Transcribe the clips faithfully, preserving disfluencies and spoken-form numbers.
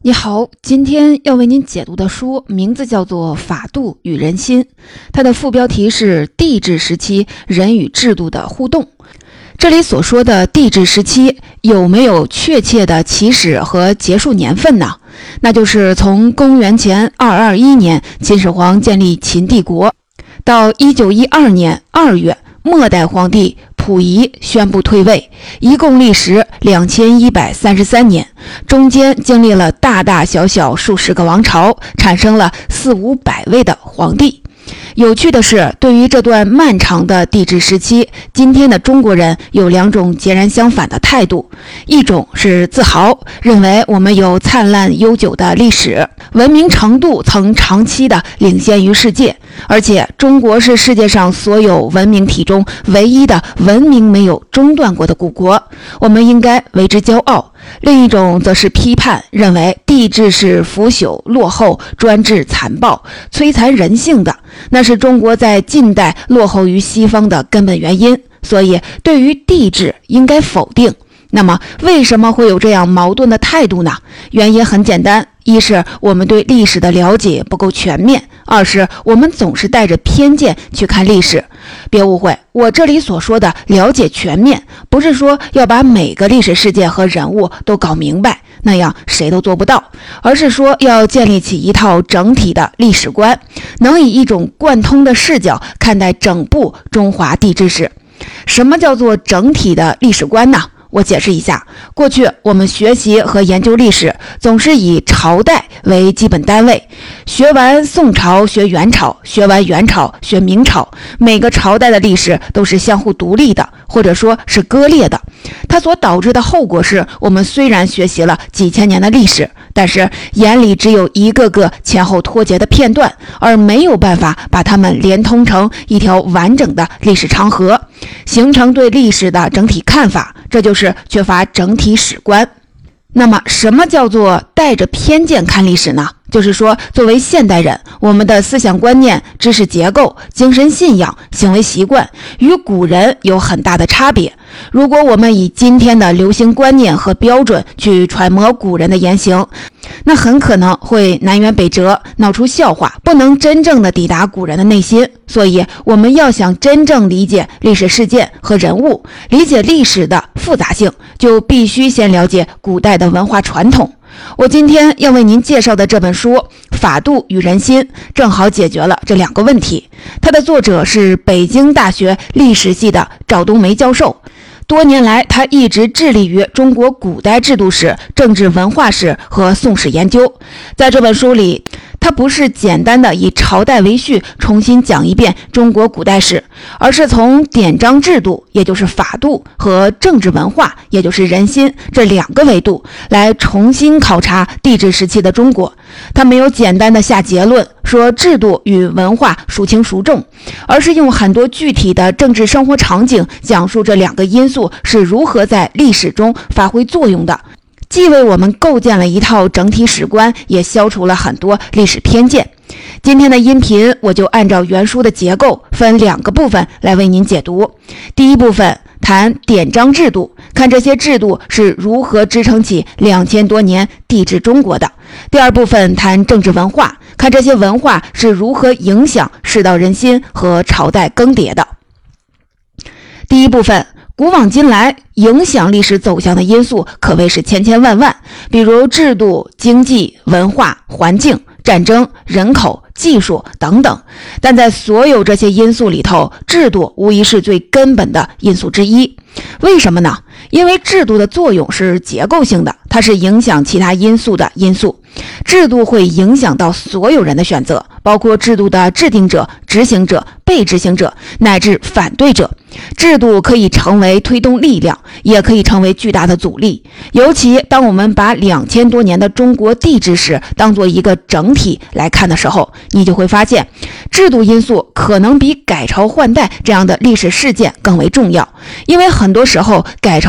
你好，今天要为您解读的书名字叫做《法度与人心》，它的副标题是帝制时期人与制度的互动。这里所说的帝制时期有没有确切的起始和结束年份呢？那就是从公元前二二一年秦始皇建立秦帝国，到一九一二年二月末代皇帝溥仪宣布退位，一共历时两千一百三十三年，中间经历了大大小小数十个王朝，产生了四五百位的皇帝。有趣的是，对于这段漫长的帝制时期，今天的中国人有两种截然相反的态度。一种是自豪，认为我们有灿烂悠久的历史，文明程度曾长期的领先于世界，而且中国是世界上所有文明体中唯一的文明没有中断过的古国，我们应该为之骄傲。另一种则是批判，认为帝制是腐朽落后、专制残暴、摧残人性的，那是中国在近代落后于西方的根本原因，所以对于帝制应该否定。那么为什么会有这样矛盾的态度呢？原因很简单，一是我们对历史的了解不够全面，二是我们总是带着偏见去看历史。别误会，我这里所说的了解全面，不是说要把每个历史事件和人物都搞明白，那样谁都做不到，而是说要建立起一套整体的历史观，能以一种贯通的视角看待整部中华帝制史。什么叫做整体的历史观呢？我解释一下，过去我们学习和研究历史总是以朝代为基本单位，学完宋朝学元朝，学完元朝学明朝，每个朝代的历史都是相互独立的，或者说是割裂的。它所导致的后果是，我们虽然学习了几千年的历史，但是眼里只有一个个前后脱节的片段，而没有办法把它们连通成一条完整的历史长河，形成对历史的整体看法，这就是缺乏整体史观。那么什么叫做带着偏见看历史呢？就是说，作为现代人，我们的思想观念、知识结构、精神信仰、行为习惯与古人有很大的差别。如果我们以今天的流行观念和标准去揣摩古人的言行，那很可能会南辕北辙，闹出笑话，不能真正的抵达古人的内心。所以我们要想真正理解历史事件和人物，理解历史的复杂性，就必须先了解古代的文化传统。我今天要为您介绍的这本书《法度与人心》正好解决了这两个问题。它的作者是北京大学历史系的赵冬梅教授，多年来他一直致力于中国古代制度史、政治文化史和宋史研究。在这本书里，它不是简单的以朝代为序重新讲一遍中国古代史，而是从典章制度，也就是法度，和政治文化，也就是人心这两个维度来重新考察帝制时期的中国。它没有简单的下结论说制度与文化孰轻孰重，而是用很多具体的政治生活场景讲述这两个因素是如何在历史中发挥作用的，既为我们构建了一套整体史观，也消除了很多历史偏见。今天的音频我就按照原书的结构分两个部分来为您解读。第一部分谈典章制度，看这些制度是如何支撑起两千多年帝制中国的。第二部分谈政治文化，看这些文化是如何影响世道人心和朝代更迭的。第一部分，古往今来，影响历史走向的因素可谓是千千万万，比如制度、经济、文化、环境、战争、人口、技术等等。但在所有这些因素里头，制度无疑是最根本的因素之一。为什么呢？因为制度的作用是结构性的，它是影响其他因素的因素。制度会影响到所有人的选择，包括制度的制定者、执行者、被执行者乃至反对者。制度可以成为推动力量，也可以成为巨大的阻力。尤其当我们把两千多年的中国帝制史当作一个整体来看的时候，你就会发现，制度因素可能比改朝换代这样的历史事件更为重要。因为很多时候，改朝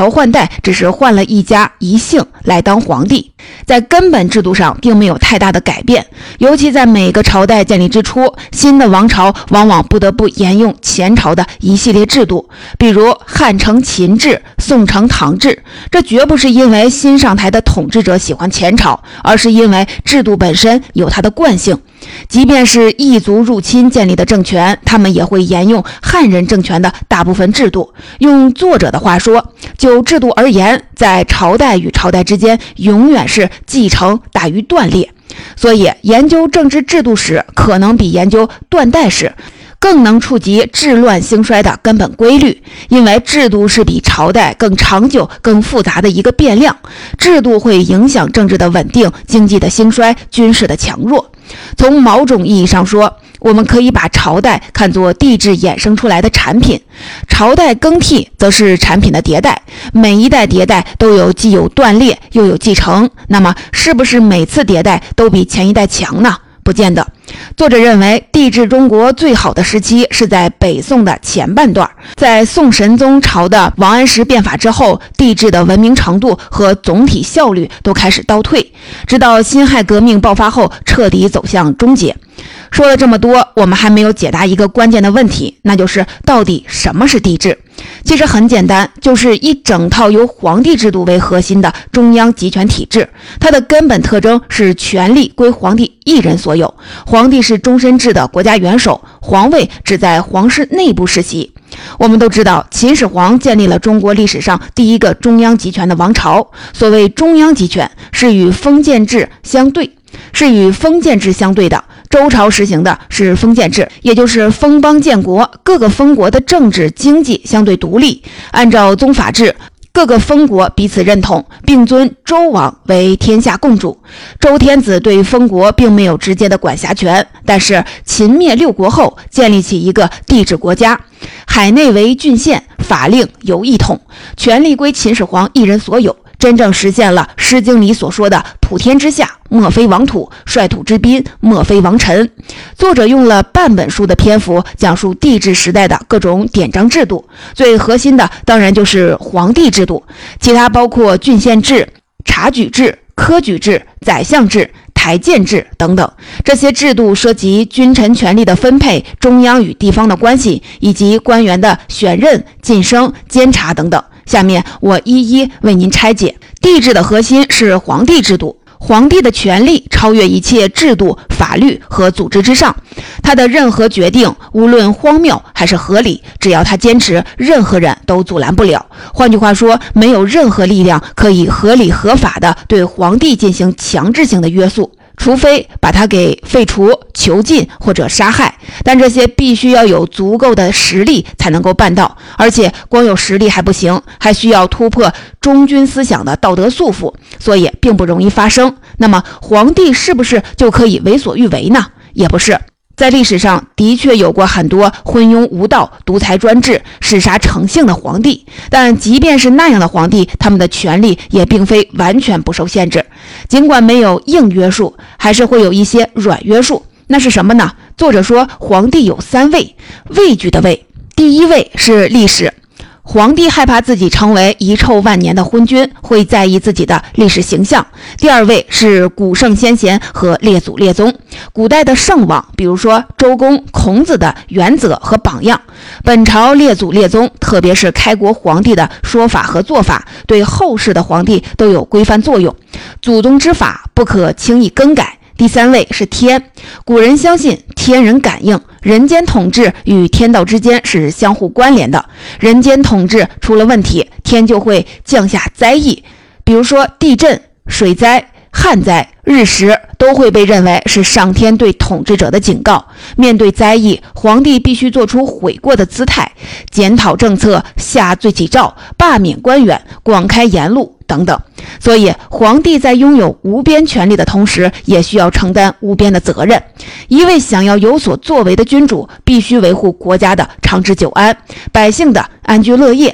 朝换代只是换了一家一姓来当皇帝，在根本制度上并没有太大的改变。尤其在每个朝代建立之初，新的王朝往往不得不沿用前朝的一系列制度，比如汉承秦制、宋承唐制。这绝不是因为新上台的统治者喜欢前朝，而是因为制度本身有它的惯性。即便是异族入侵建立的政权，他们也会沿用汉人政权的大部分制度。用作者的话说，就制度而言，在朝代与朝代之间永远是继承大于断裂。所以研究政治制度史可能比研究断代史更能触及治乱兴衰的根本规律，因为制度是比朝代更长久、更复杂的一个变量。制度会影响政治的稳定、经济的兴衰、军事的强弱。从某种意义上说，我们可以把朝代看作帝制衍生出来的产品，朝代更替则是产品的迭代。每一代迭代都有既有断裂又有继承，那么是不是每次迭代都比前一代强呢？不见得。作者认为，帝制中国最好的时期是在北宋的前半段，在宋神宗朝的王安石变法之后，帝制的文明程度和总体效率都开始倒退，直到辛亥革命爆发后彻底走向终结。说了这么多，我们还没有解答一个关键的问题，那就是到底什么是帝制？其实很简单，就是一整套由皇帝制度为核心的中央集权体制。它的根本特征是权力归皇帝一人所有，皇帝是终身制的国家元首，皇位只在皇室内部世袭。我们都知道，秦始皇建立了中国历史上第一个中央集权的王朝。所谓中央集权，是与封建制相对，是与封建制相对的。周朝实行的是封建制，也就是封邦建国，各个封国的政治经济相对独立，按照宗法制，各个封国彼此认同，并尊周王为天下共主。周天子对封国并没有直接的管辖权，但是秦灭六国后，建立起一个帝制国家，海内为郡县，法令由一统，权力归秦始皇一人所有，真正实现了《诗经》里所说的普天之下莫非王土，率土之滨莫非王臣。作者用了半本书的篇幅讲述帝制时代的各种典章制度，最核心的当然就是皇帝制度，其他包括郡县制、察举制、科举制、宰相制、台谏制等等。这些制度涉及君臣权力的分配、中央与地方的关系，以及官员的选任、晋升、监察等等。下面我一一为您拆解。帝制的核心是皇帝制度，皇帝的权力超越一切制度、法律和组织之上，他的任何决定，无论荒谬还是合理，只要他坚持，任何人都阻拦不了。换句话说，没有任何力量可以合理合法的对皇帝进行强制性的约束，除非把他给废除、囚禁或者杀害，但这些必须要有足够的实力才能够办到，而且光有实力还不行，还需要突破忠君思想的道德束缚，所以并不容易发生。那么皇帝是不是就可以为所欲为呢？也不是。在历史上的确有过很多昏庸无道、独裁专制、嗜杀成性的皇帝，但即便是那样的皇帝，他们的权力也并非完全不受限制。尽管没有硬约束，还是会有一些软约束。那是什么呢？作者说，皇帝有三畏，畏惧的畏。第一位是历史。皇帝害怕自己成为遗臭万年的昏君，会在意自己的历史形象。第二位是古圣先贤和列祖列宗，古代的圣王，比如说周公、孔子的原则和榜样。本朝列祖列宗，特别是开国皇帝的说法和做法，对后世的皇帝都有规范作用，祖宗之法不可轻易更改。第三位是天，古人相信天人感应，人间统治与天道之间是相互关联的，人间统治出了问题，天就会降下灾异，比如说地震、水灾、旱灾、日食都会被认为是上天对统治者的警告。面对灾异，皇帝必须做出悔过的姿态，检讨政策，下罪己诏，罢免官员，广开言路等等。所以皇帝在拥有无边权力的同时，也需要承担无边的责任。一位想要有所作为的君主，必须维护国家的长治久安，百姓的安居乐业，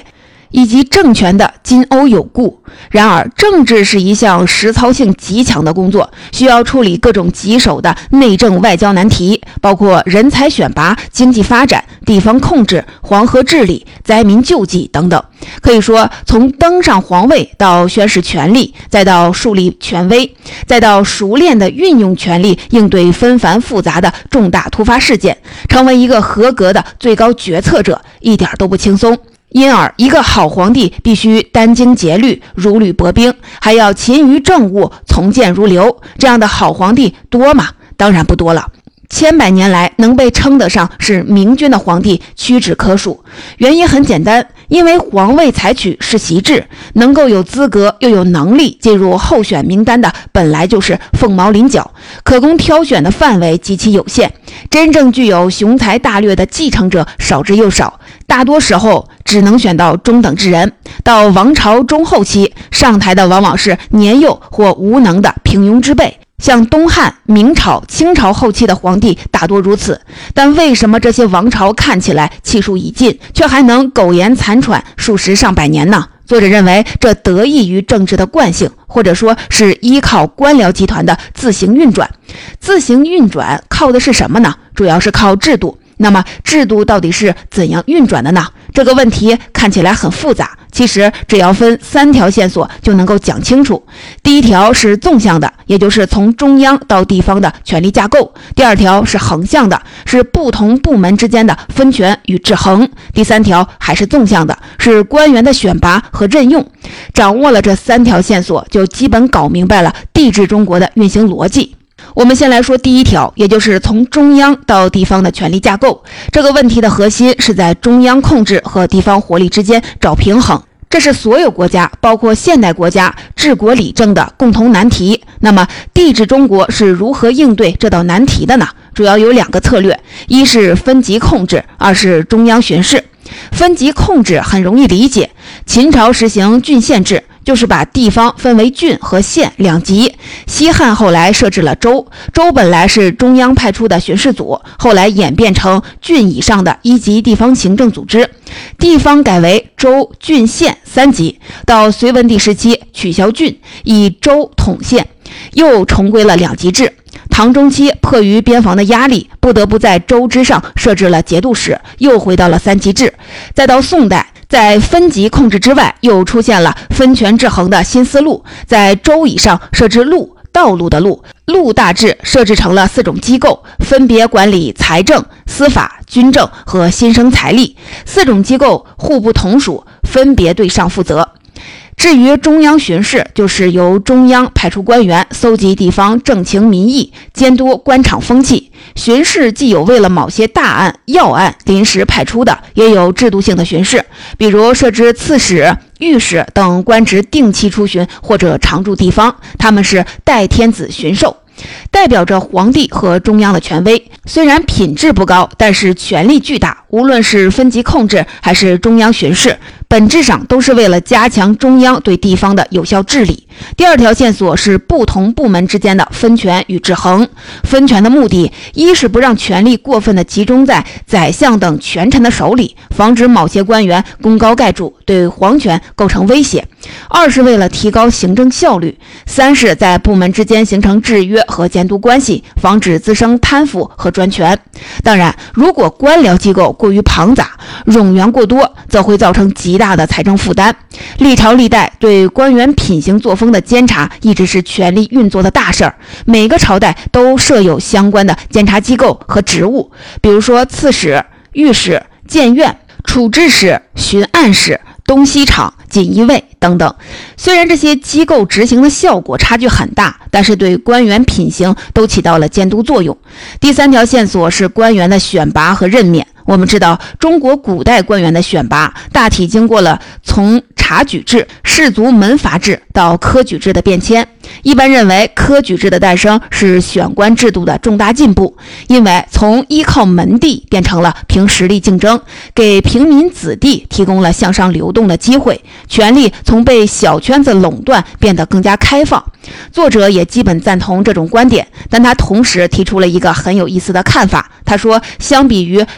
以及政权的金瓯有故。然而，政治是一项实操性极强的工作，需要处理各种棘手的内政外交难题，包括人才选拔、经济发展、地方控制、黄河治理、灾民救济等等。可以说，从登上皇位到宣示权力，再到树立权威，再到熟练的运用权力应对纷繁复杂的重大突发事件，成为一个合格的最高决策者，一点都不轻松。因而，一个好皇帝必须殚精竭虑、如履薄冰，还要勤于政务、从谏如流。这样的好皇帝多吗？当然不多了。千百年来，能被称得上是明君的皇帝屈指可数。原因很简单，因为皇位采取世袭制，能够有资格又有能力进入候选名单的本来就是凤毛麟角，可供挑选的范围极其有限，真正具有雄才大略的继承者少之又少，大多时候只能选到中等之人。到王朝中后期，上台的往往是年幼或无能的平庸之辈。像东汉、明朝、清朝后期的皇帝大多如此，但为什么这些王朝看起来气数已尽，却还能苟延残喘数十上百年呢？作者认为，这得益于政治的惯性，或者说是依靠官僚集团的自行运转。自行运转靠的是什么呢？主要是靠制度。那么制度到底是怎样运转的呢？这个问题看起来很复杂，其实只要分三条线索就能够讲清楚。第一条是纵向的，也就是从中央到地方的权力架构；第二条是横向的，是不同部门之间的分权与制衡；第三条还是纵向的，是官员的选拔和任用。掌握了这三条线索，就基本搞明白了帝制中国的运行逻辑。我们先来说第一条，也就是从中央到地方的权力架构。这个问题的核心是在中央控制和地方活力之间找平衡，这是所有国家，包括现代国家治国理政的共同难题。那么帝制中国是如何应对这道难题的呢？主要有两个策略，一是分级控制，二是中央巡视。分级控制很容易理解，秦朝实行郡县制，就是把地方分为郡和县两级。西汉后来设置了州，州本来是中央派出的巡视组，后来演变成郡以上的一级地方行政组织，地方改为州、郡、县三级。到隋文帝时期取消郡，以州统县，又重归了两级制。唐中期迫于边防的压力，不得不在州之上设置了节度使，又回到了三级制。再到宋代，在分级控制之外，又出现了分权制衡的新思路，在州以上设置路，道路的路，路大制设置成了四种机构，分别管理财政、司法、军政和新生财力。四种机构互不同属，分别对上负责。至于中央巡视，就是由中央派出官员搜集地方政情民意，监督官场风气。巡视既有为了某些大案要案临时派出的，也有制度性的巡视，比如设置刺史、御史等官职定期出巡或者常驻地方，他们是代天子巡狩，代表着皇帝和中央的权威。虽然品质不高，但是权力巨大，无论是分级控制还是中央巡视，本质上都是为了加强中央对地方的有效治理。第二条线索是不同部门之间的分权与制衡。分权的目的，一是不让权力过分的集中在宰相等权臣的手里，防止某些官员功高盖主，对皇权构成威胁；二是为了提高行政效率；三是在部门之间形成制约和监督关系，防止滋生贪腐和专权。当然，如果官僚机构过于庞杂，冗员过多，则会造成极大的财政负担。历朝历代对官员品行作风的监察一直是权力运作的大事儿，每个朝代都设有相关的监察机构和职务，比如说刺史、御史、谏院、处置使、巡按使、东西厂、锦衣卫等等。虽然这些机构执行的效果差距很大，但是对官员品行都起到了监督作用。第三条线索是官员的选拔和任免。我们知道，中国古代官员的选拔大体经过了从察举制、士族门阀制到科举制的变迁。一般认为，科举制的诞生是选官制度的重大进步，因为从依靠门第变成了凭实力竞争，给平民子弟提供了向上流动的机会，权力从被小圈子垄断变得更加开放。作者也基本赞同这种观点，但他同时提出了一个很有意思的看法。他说，相比于士族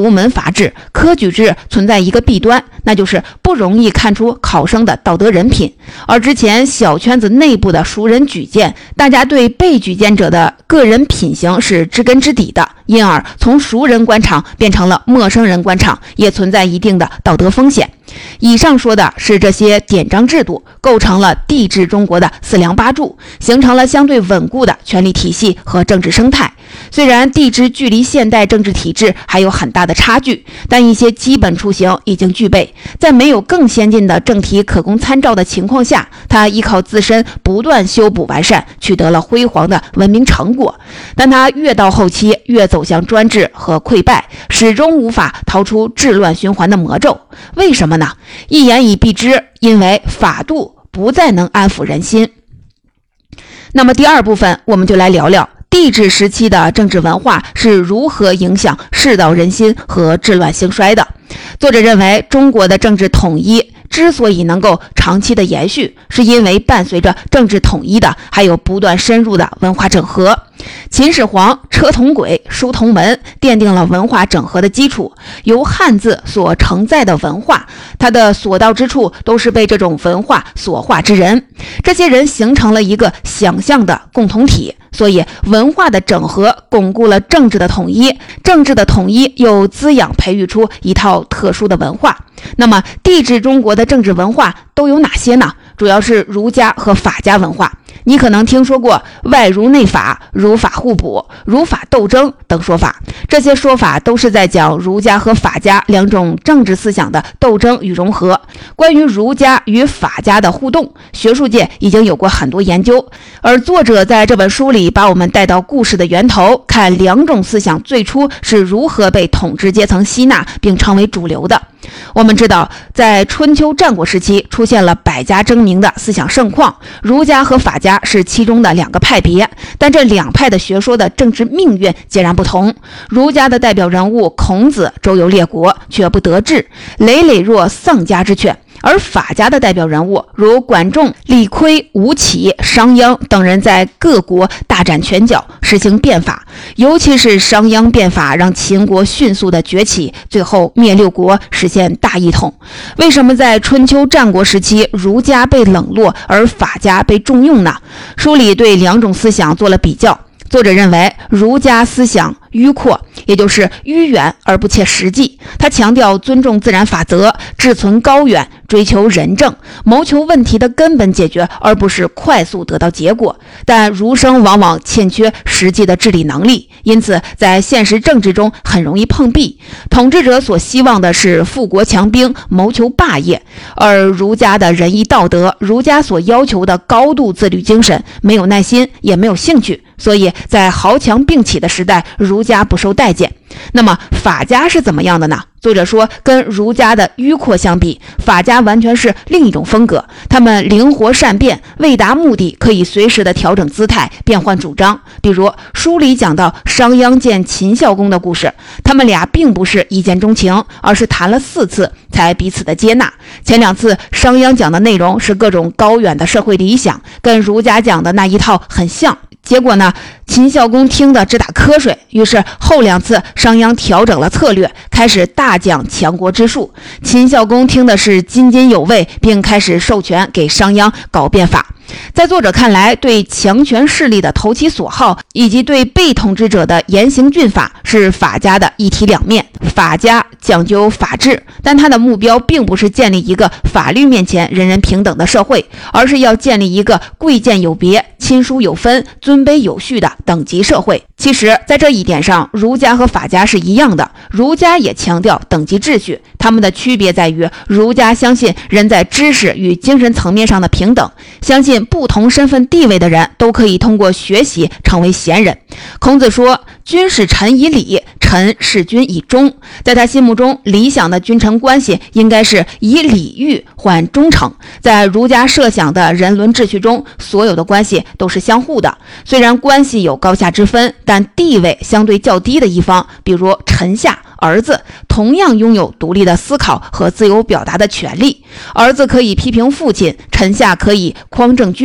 独门阀制、科举制存在一个弊端，那就是不容易看出考生的道德人品。而之前小圈子内部的熟人举荐，大家对被举荐者的个人品行是知根知底的，因而从熟人官场变成了陌生人官场，也存在一定的道德风险。以上说的是这些典章制度构成了帝制中国的四梁八柱，形成了相对稳固的权力体系和政治生态。虽然帝制距离现代政治体制还有很大的差距，但一些基本雏形已经具备。在没有更先进的政体可供参照的情况下，它依靠自身不断修补完善，取得了辉煌的文明成果。但它越到后期越走向专制和溃败，始终无法逃出治乱循环的魔咒。为什么呢？一言以蔽之，因为法度不再能安抚人心。那么第二部分，我们就来聊聊帝制时期的政治文化是如何影响世道人心和治乱兴衰的。作者认为，中国的政治统一之所以能够长期的延续，是因为伴随着政治统一的还有不断深入的文化整合。秦始皇车同轨、书同文，奠定了文化整合的基础。由汉字所承载的文化，它的所到之处都是被这种文化所化之人，这些人形成了一个想象的共同体。所以文化的整合巩固了政治的统一，政治的统一又滋养培育出一套特殊的文化。那么帝制中国的政治文化都有哪些呢？主要是儒家和法家文化。你可能听说过外儒内法、儒法互补、儒法斗争等说法，这些说法都是在讲儒家和法家两种政治思想的斗争与融合。关于儒家与法家的互动，学术界已经有过很多研究，而作者在这本书里把我们带到故事的源头，看两种思想最初是如何被统治阶层吸纳并成为主流的。我们知道，在春秋战国时期出现了百家争鸣的思想盛况，儒家和法家是其中的两个派别，但这两派的学说的政治命运截然不同。儒家的代表人物孔子周游列国，却不得志，累累若丧家之犬。而法家的代表人物如管仲、李悝、吴起、商鞅等人在各国大展拳脚，实行变法，尤其是商鞅变法让秦国迅速的崛起，最后灭六国，实现大一统。为什么在春秋战国时期儒家被冷落，而法家被重用呢？书里对两种思想做了比较。作者认为，儒家思想迂阔，也就是迂远而不切实际。他强调尊重自然法则，志存高远，追求仁政，谋求问题的根本解决，而不是快速得到结果。但儒生往往欠缺实际的治理能力，因此在现实政治中很容易碰壁。统治者所希望的是富国强兵，谋求霸业，而儒家的仁义道德，儒家所要求的高度自律精神，没有耐心，也没有兴趣。所以在豪强并起的时代，儒家不受待见。那么法家是怎么样的呢？作者说，跟儒家的迂阔相比，法家完全是另一种风格。他们灵活善变，为达目的可以随时的调整姿态，变换主张。比如书里讲到商鞅见秦孝公的故事，他们俩并不是一见钟情，而是谈了四次才彼此的接纳。前两次商鞅讲的内容是各种高远的社会理想，跟儒家讲的那一套很像。结果呢，秦孝公听得直打瞌睡，于是后两次商鞅调整了策略，开始大讲强国之术。秦孝公听的是津津有味，并开始授权给商鞅搞变法。在作者看来，对强权势力的投其所好，以及对被统治者的严刑峻法，是法家的一体两面。法家讲究法治，但他的目标并不是建立一个法律面前人人平等的社会，而是要建立一个贵贱有别、亲疏有分、尊卑有序的等级社会。其实在这一点上，儒家和法家是一样的，儒家也强调等级秩序，他们的区别在于，儒家相信人在知识与精神层面上的平等，相信不同身份地位的人都可以通过学习成为贤人。孔子说，君使臣以礼，臣事君以忠。在他心目中，理想的君臣关系应该是以礼遇换忠诚。在儒家设想的人伦秩序中，所有的关系都是相互的，虽然关系有高下之分，但地位相对较低的一方，比如臣下、儿子，同样拥有独立的思考和自由表达的权利。儿子可以批评父亲，臣下可以匡正君主。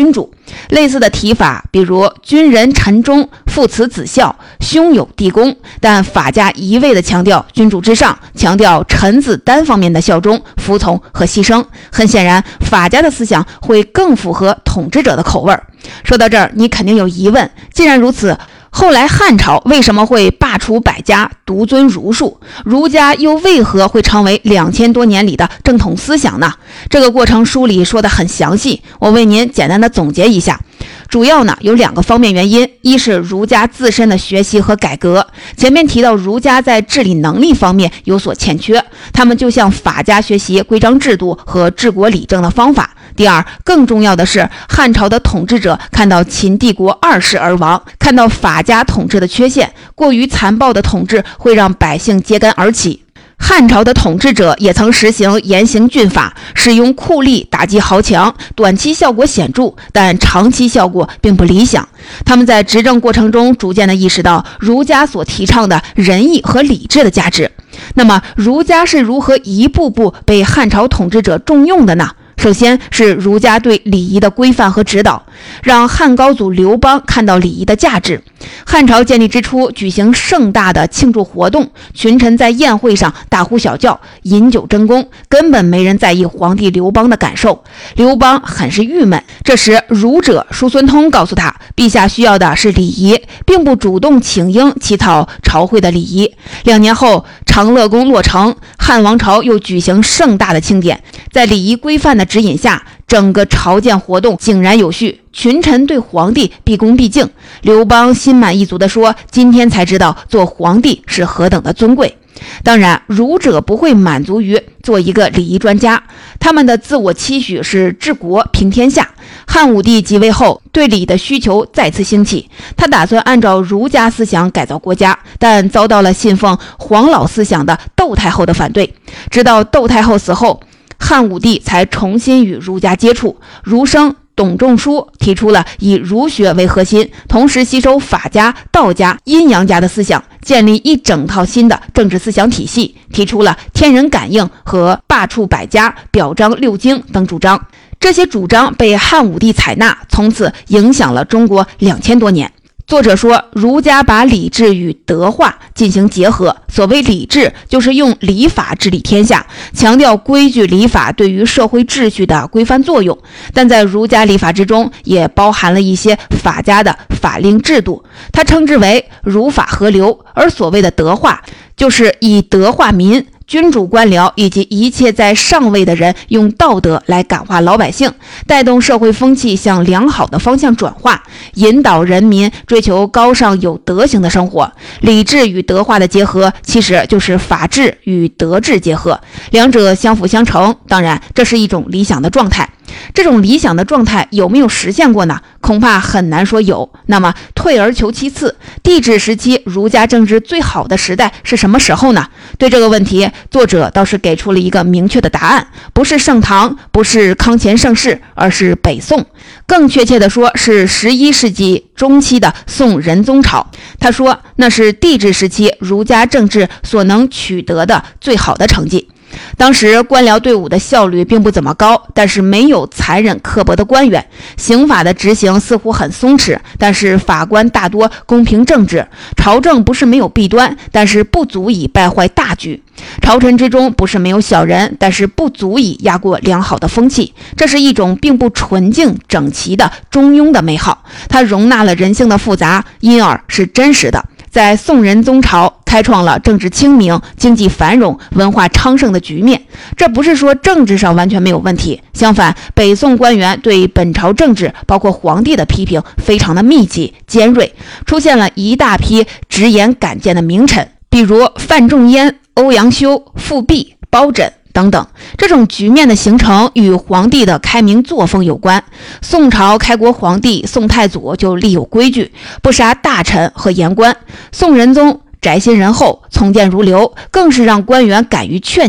类似的提法，比如君人臣忠，父慈子孝，兄友弟恭，但法家一味地强调君主至上，强调臣子单方面的效忠、服从和牺牲。很显然，法家的思想会更符合统治者的口味。说到这儿，你肯定有疑问，既然如此，后来汉朝为什么会罢黜百家，独尊儒术？儒家又为何会成为两千多年里的正统思想呢？这个过程书里说得很详细，我为您简单的总结一下。主要呢有两个方面原因，一是儒家自身的学习和改革。前面提到儒家在治理能力方面有所欠缺，他们就向法家学习规章制度和治国理政的方法。第二，更重要的是，汉朝的统治者看到秦帝国二世而亡，看到法家统治的缺陷，过于残暴的统治会让百姓揭竿而起。汉朝的统治者也曾实行严刑峻法，使用酷吏打击豪强，短期效果显著，但长期效果并不理想。他们在执政过程中逐渐地意识到儒家所提倡的仁义和礼智的价值。那么，儒家是如何一步步被汉朝统治者重用的呢？首先是儒家对礼仪的规范和指导，让汉高祖刘邦看到礼仪的价值。汉朝建立之初，举行盛大的庆祝活动，群臣在宴会上大呼小叫，饮酒争功，根本没人在意皇帝刘邦的感受。刘邦很是郁闷。这时儒者叔孙通告诉他，陛下需要的是礼仪，并不主动请缨起草朝会的礼仪。两年后，长乐宫落成，汉王朝又举行盛大的庆典，在礼仪规范的指引下，整个朝见活动井然有序，群臣对皇帝毕恭毕敬。刘邦心满意足地说，今天才知道做皇帝是何等的尊贵。当然，儒者不会满足于做一个礼仪专家，他们的自我期许是治国平天下。汉武帝即位后，对礼的需求再次兴起，他打算按照儒家思想改造国家，但遭到了信奉黄老思想的窦太后的反对。直到窦太后死后，汉武帝才重新与儒家接触。儒生董仲舒提出了以儒学为核心，同时吸收法家、道家、阴阳家的思想，建立一整套新的政治思想体系，提出了天人感应和罢黜百家、表彰六经等主张。这些主张被汉武帝采纳，从此影响了中国两千多年。作者说，儒家把礼制与德化进行结合。所谓礼制，就是用礼法治理天下，强调规矩礼法对于社会秩序的规范作用。但在儒家礼法之中，也包含了一些法家的法令制度，他称之为儒法合流。而所谓的德化，就是以德化民。君主官僚以及一切在上位的人用道德来感化老百姓，带动社会风气向良好的方向转化，引导人民追求高尚有德行的生活。礼制与德化的结合，其实就是法治与德治结合，两者相辅相成。当然，这是一种理想的状态。这种理想的状态有没有实现过呢？恐怕很难说有。那么退而求其次，帝制时期儒家政治最好的时代是什么时候呢？对这个问题，作者倒是给出了一个明确的答案，不是盛唐，不是康乾盛世，而是北宋。更确切的说，是十一世纪中期的宋仁宗朝。他说，那是帝制时期儒家政治所能取得的最好的成绩。当时官僚队伍的效率并不怎么高，但是没有残忍刻薄的官员，刑法的执行似乎很松弛，但是法官大多公平正直，朝政不是没有弊端，但是不足以败坏大局，朝臣之中不是没有小人，但是不足以压过良好的风气。这是一种并不纯净整齐的中庸的美好，它容纳了人性的复杂，因而是真实的。在宋仁宗朝开创了政治清明、经济繁荣、文化昌盛的局面。这不是说政治上完全没有问题，相反，北宋官员对本朝政治，包括皇帝的批评非常的密集尖锐，出现了一大批直言敢谏的名臣，比如范仲淹、欧阳修、富弼、包拯等等。这种局面的形成与皇帝的开明作风有关。宋朝开国皇帝宋太祖就立有规矩，不杀大臣和言官。宋仁宗宅心仁厚，从谏如流，更是让官员敢于劝谏，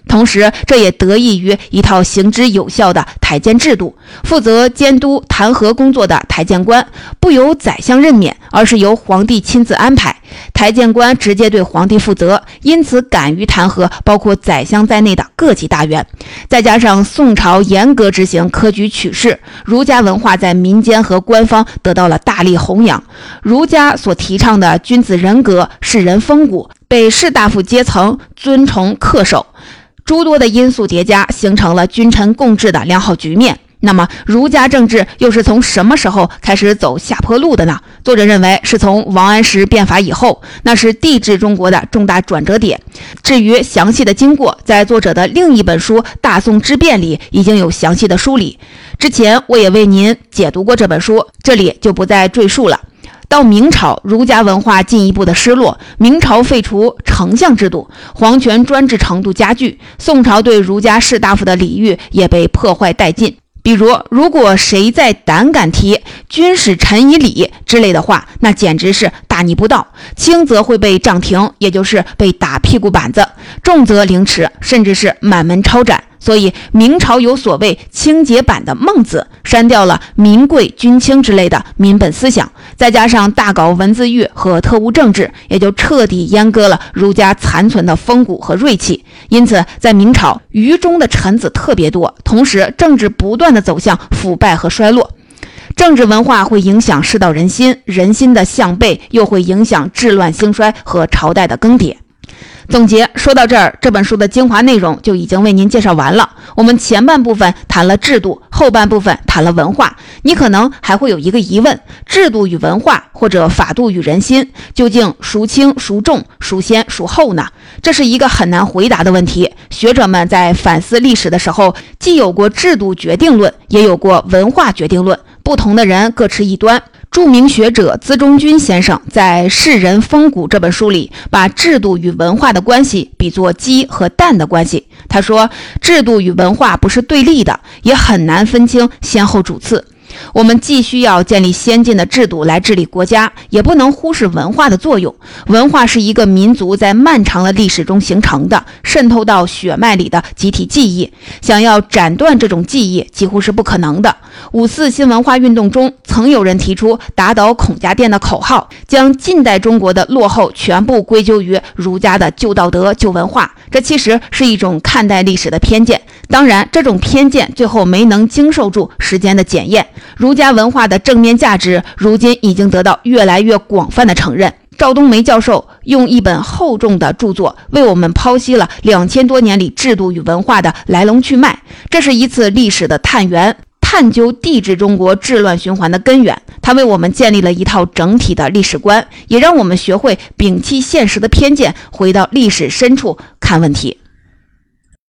同时，这也得益于一套行之有效的台监制度。负责监督弹劾工作的台监官不由宰相任免，而是由皇帝亲自安排。台监官直接对皇帝负责，因此敢于弹劾包括宰相在内的各级大员。再加上宋朝严格执行科举取士，儒家文化在民间和官方得到了大力弘扬。儒家所提倡的君子人格、士人风骨，被士大夫阶层尊崇恪守。诸多的因素叠加，形成了君臣共治的良好局面。那么儒家政治又是从什么时候开始走下坡路的呢？作者认为是从王安石变法以后，那是帝制中国的重大转折点。至于详细的经过，在作者的另一本书《大宋之变》里已经有详细的梳理。之前我也为您解读过这本书，这里就不再赘述了。到明朝，儒家文化进一步的失落，明朝废除丞相制度，皇权专制程度加剧，宋朝对儒家士大夫的礼遇也被破坏殆尽。比如，如果谁再胆敢提君使臣以礼之类的话，那简直是大逆不道，轻则会被杖停，也就是被打屁股板子，重则凌迟，甚至是满门抄斩。所以明朝有所谓清洁版的孟子，删掉了民贵君轻之类的民本思想，再加上大搞文字狱和特务政治，也就彻底阉割了儒家残存的风骨和锐气。因此在明朝，愚忠的臣子特别多，同时政治不断的走向腐败和衰落。政治文化会影响世道人心，人心的向背又会影响治乱兴衰和朝代的更迭。总结说到这儿，这本书的精华内容就已经为您介绍完了。我们前半部分谈了制度，后半部分谈了文化。你可能还会有一个疑问，制度与文化或者法度与人心，究竟孰轻孰重，孰先孰后呢？这是一个很难回答的问题。学者们在反思历史的时候，既有过制度决定论，也有过文化决定论，不同的人各持一端。著名学者资中军先生在《士人风骨》这本书里，把制度与文化的关系比作鸡和蛋的关系。他说，制度与文化不是对立的，也很难分清先后主次。我们既需要建立先进的制度来治理国家，也不能忽视文化的作用。文化是一个民族在漫长的历史中形成的，渗透到血脉里的集体记忆，想要斩断这种记忆几乎是不可能的。五四新文化运动中，曾有人提出打倒孔家店的口号，将近代中国的落后全部归咎于儒家的旧道德、旧文化，这其实是一种看待历史的偏见。当然，这种偏见最后没能经受住时间的检验。儒家文化的正面价值如今已经得到越来越广泛的承认。赵冬梅教授用一本厚重的著作为我们剖析了两千多年里制度与文化的来龙去脉，这是一次历史的探源，探究帝制中国治乱循环的根源。它为我们建立了一套整体的历史观，也让我们学会摒弃现实的偏见，回到历史深处看问题。